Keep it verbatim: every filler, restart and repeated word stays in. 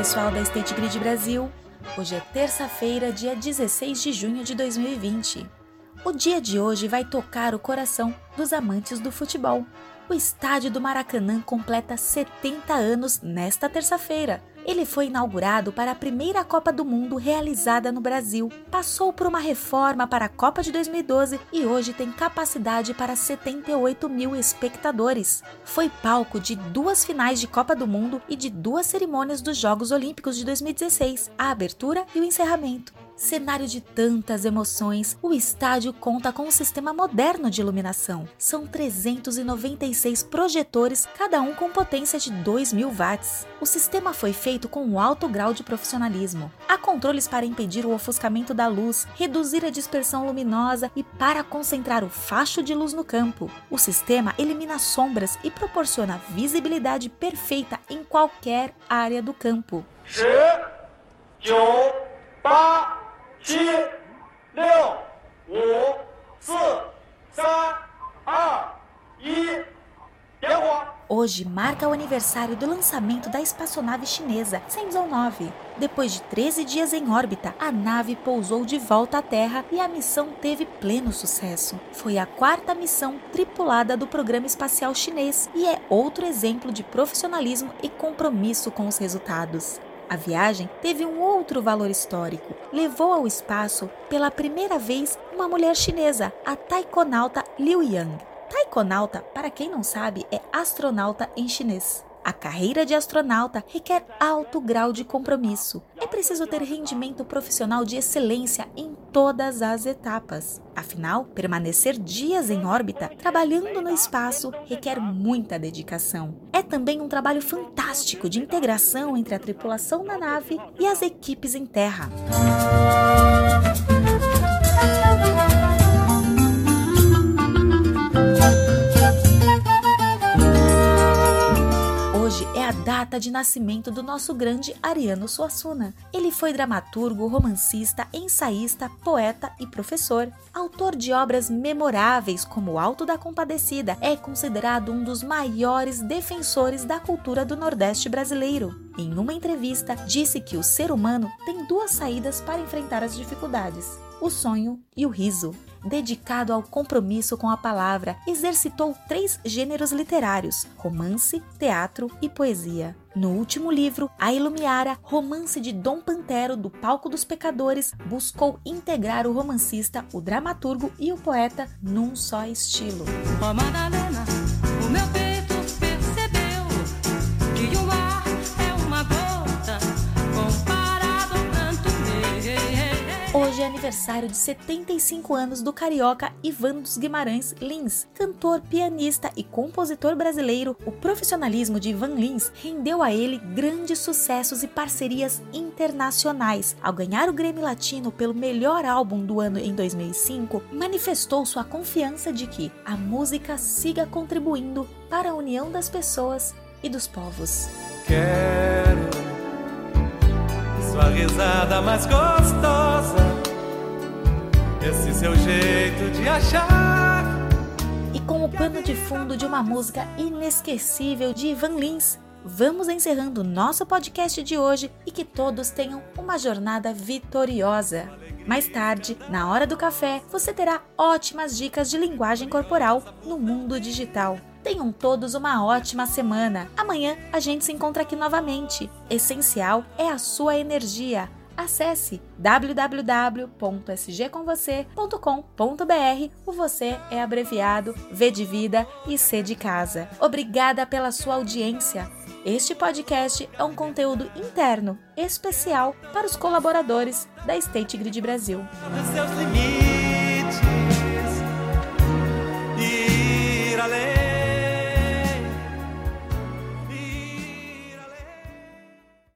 pessoal da State Grid Brasil! Hoje é terça-feira, dia dezesseis de junho de dois mil e vinte. O dia de hoje vai tocar o coração dos amantes do futebol. O estádio do Maracanã completa setenta anos nesta terça-feira. Ele foi inaugurado para a primeira Copa do Mundo realizada no Brasil. Passou por uma reforma para a Copa de dois mil e doze e hoje tem capacidade para setenta e oito mil espectadores. Foi palco de duas finais de Copa do Mundo e de duas cerimônias dos Jogos Olímpicos de dois mil e dezesseis, a abertura e o encerramento. Cenário de tantas emoções, o estádio conta com um sistema moderno de iluminação. São trezentos e noventa e seis projetores, cada um com potência de dois mil watts. O sistema foi feito com um alto grau de profissionalismo. Há controles para impedir o ofuscamento da luz, reduzir a dispersão luminosa e para concentrar o facho de luz no campo. O sistema elimina sombras e proporciona visibilidade perfeita em qualquer área do campo. dez, nove, oito,七、六、五、四、三、二、一，点火！ Hoje marca o aniversário do lançamento da espaçonave chinesa Shenzhou nove. Depois de treze dias em órbita, a nave pousou de volta à Terra e a missão teve pleno sucesso. Foi a quarta missão tripulada do programa espacial chinês e é outro exemplo de profissionalismo e compromisso com os resultados. A viagem teve um outro valor histórico. Levou ao espaço, pela primeira vez, uma mulher chinesa, a taikonauta Liu Yang. Taikonauta, para quem não sabe, é astronauta em chinês. A carreira de astronauta requer alto grau de compromisso. É preciso ter rendimento profissional de excelência em todas as etapas. Afinal, permanecer dias em órbita, trabalhando no espaço, requer muita dedicação. É também um trabalho fantástico de integração entre a tripulação da nave e as equipes em terra. Hoje é a data de nascimento do nosso grande Ariano Suassuna. Ele foi dramaturgo, romancista, ensaísta, poeta e professor. Autor de obras memoráveis como O Alto da Compadecida, é considerado um dos maiores defensores da cultura do Nordeste brasileiro. Em uma entrevista, disse que o ser humano tem duas saídas para enfrentar as dificuldades: o sonho e o riso. Dedicado ao compromisso com a palavra, exercitou três gêneros literários: romance, teatro e poesia. No último livro, A Ilumiara, romance de Dom Pantero do Palco dos Pecadores, buscou integrar o romancista, o dramaturgo e o poeta num só estilo. Oh, Madalena, o meu peito percebeu que o ar é uma gota comparado ao pranto meu. Hoje é aniversário de setenta e cinco anos do carioca Ivan dos Guimarães Lins. Cantor, pianista e compositor brasileiro, o profissionalismo de Ivan Lins rendeu a ele grandes sucessos e parcerias internacionais. Ao ganhar o Grammy Latino pelo melhor álbum do ano em dois mil e cinco, manifestou sua confiança de que a música siga contribuindo para a união das pessoas e dos povos. Quero sua risada mais gostosa, esse seu jeito de achar. E com o pano de fundo de uma música inesquecível de Ivan Lins, vamos encerrando o nosso podcast de hoje e que todos tenham uma jornada vitoriosa. Mais tarde, na hora do café, você terá ótimas dicas de linguagem corporal no mundo digital. Tenham todos uma ótima semana. Amanhã a gente se encontra aqui novamente. Essencial é a sua energia. Acesse w w w ponto s g com você ponto com ponto b r. O você é abreviado V de vida e C de casa. Obrigada pela sua audiência. Este podcast é um conteúdo interno, especial para os colaboradores da State Grid Brasil. Os seus limites, ir além.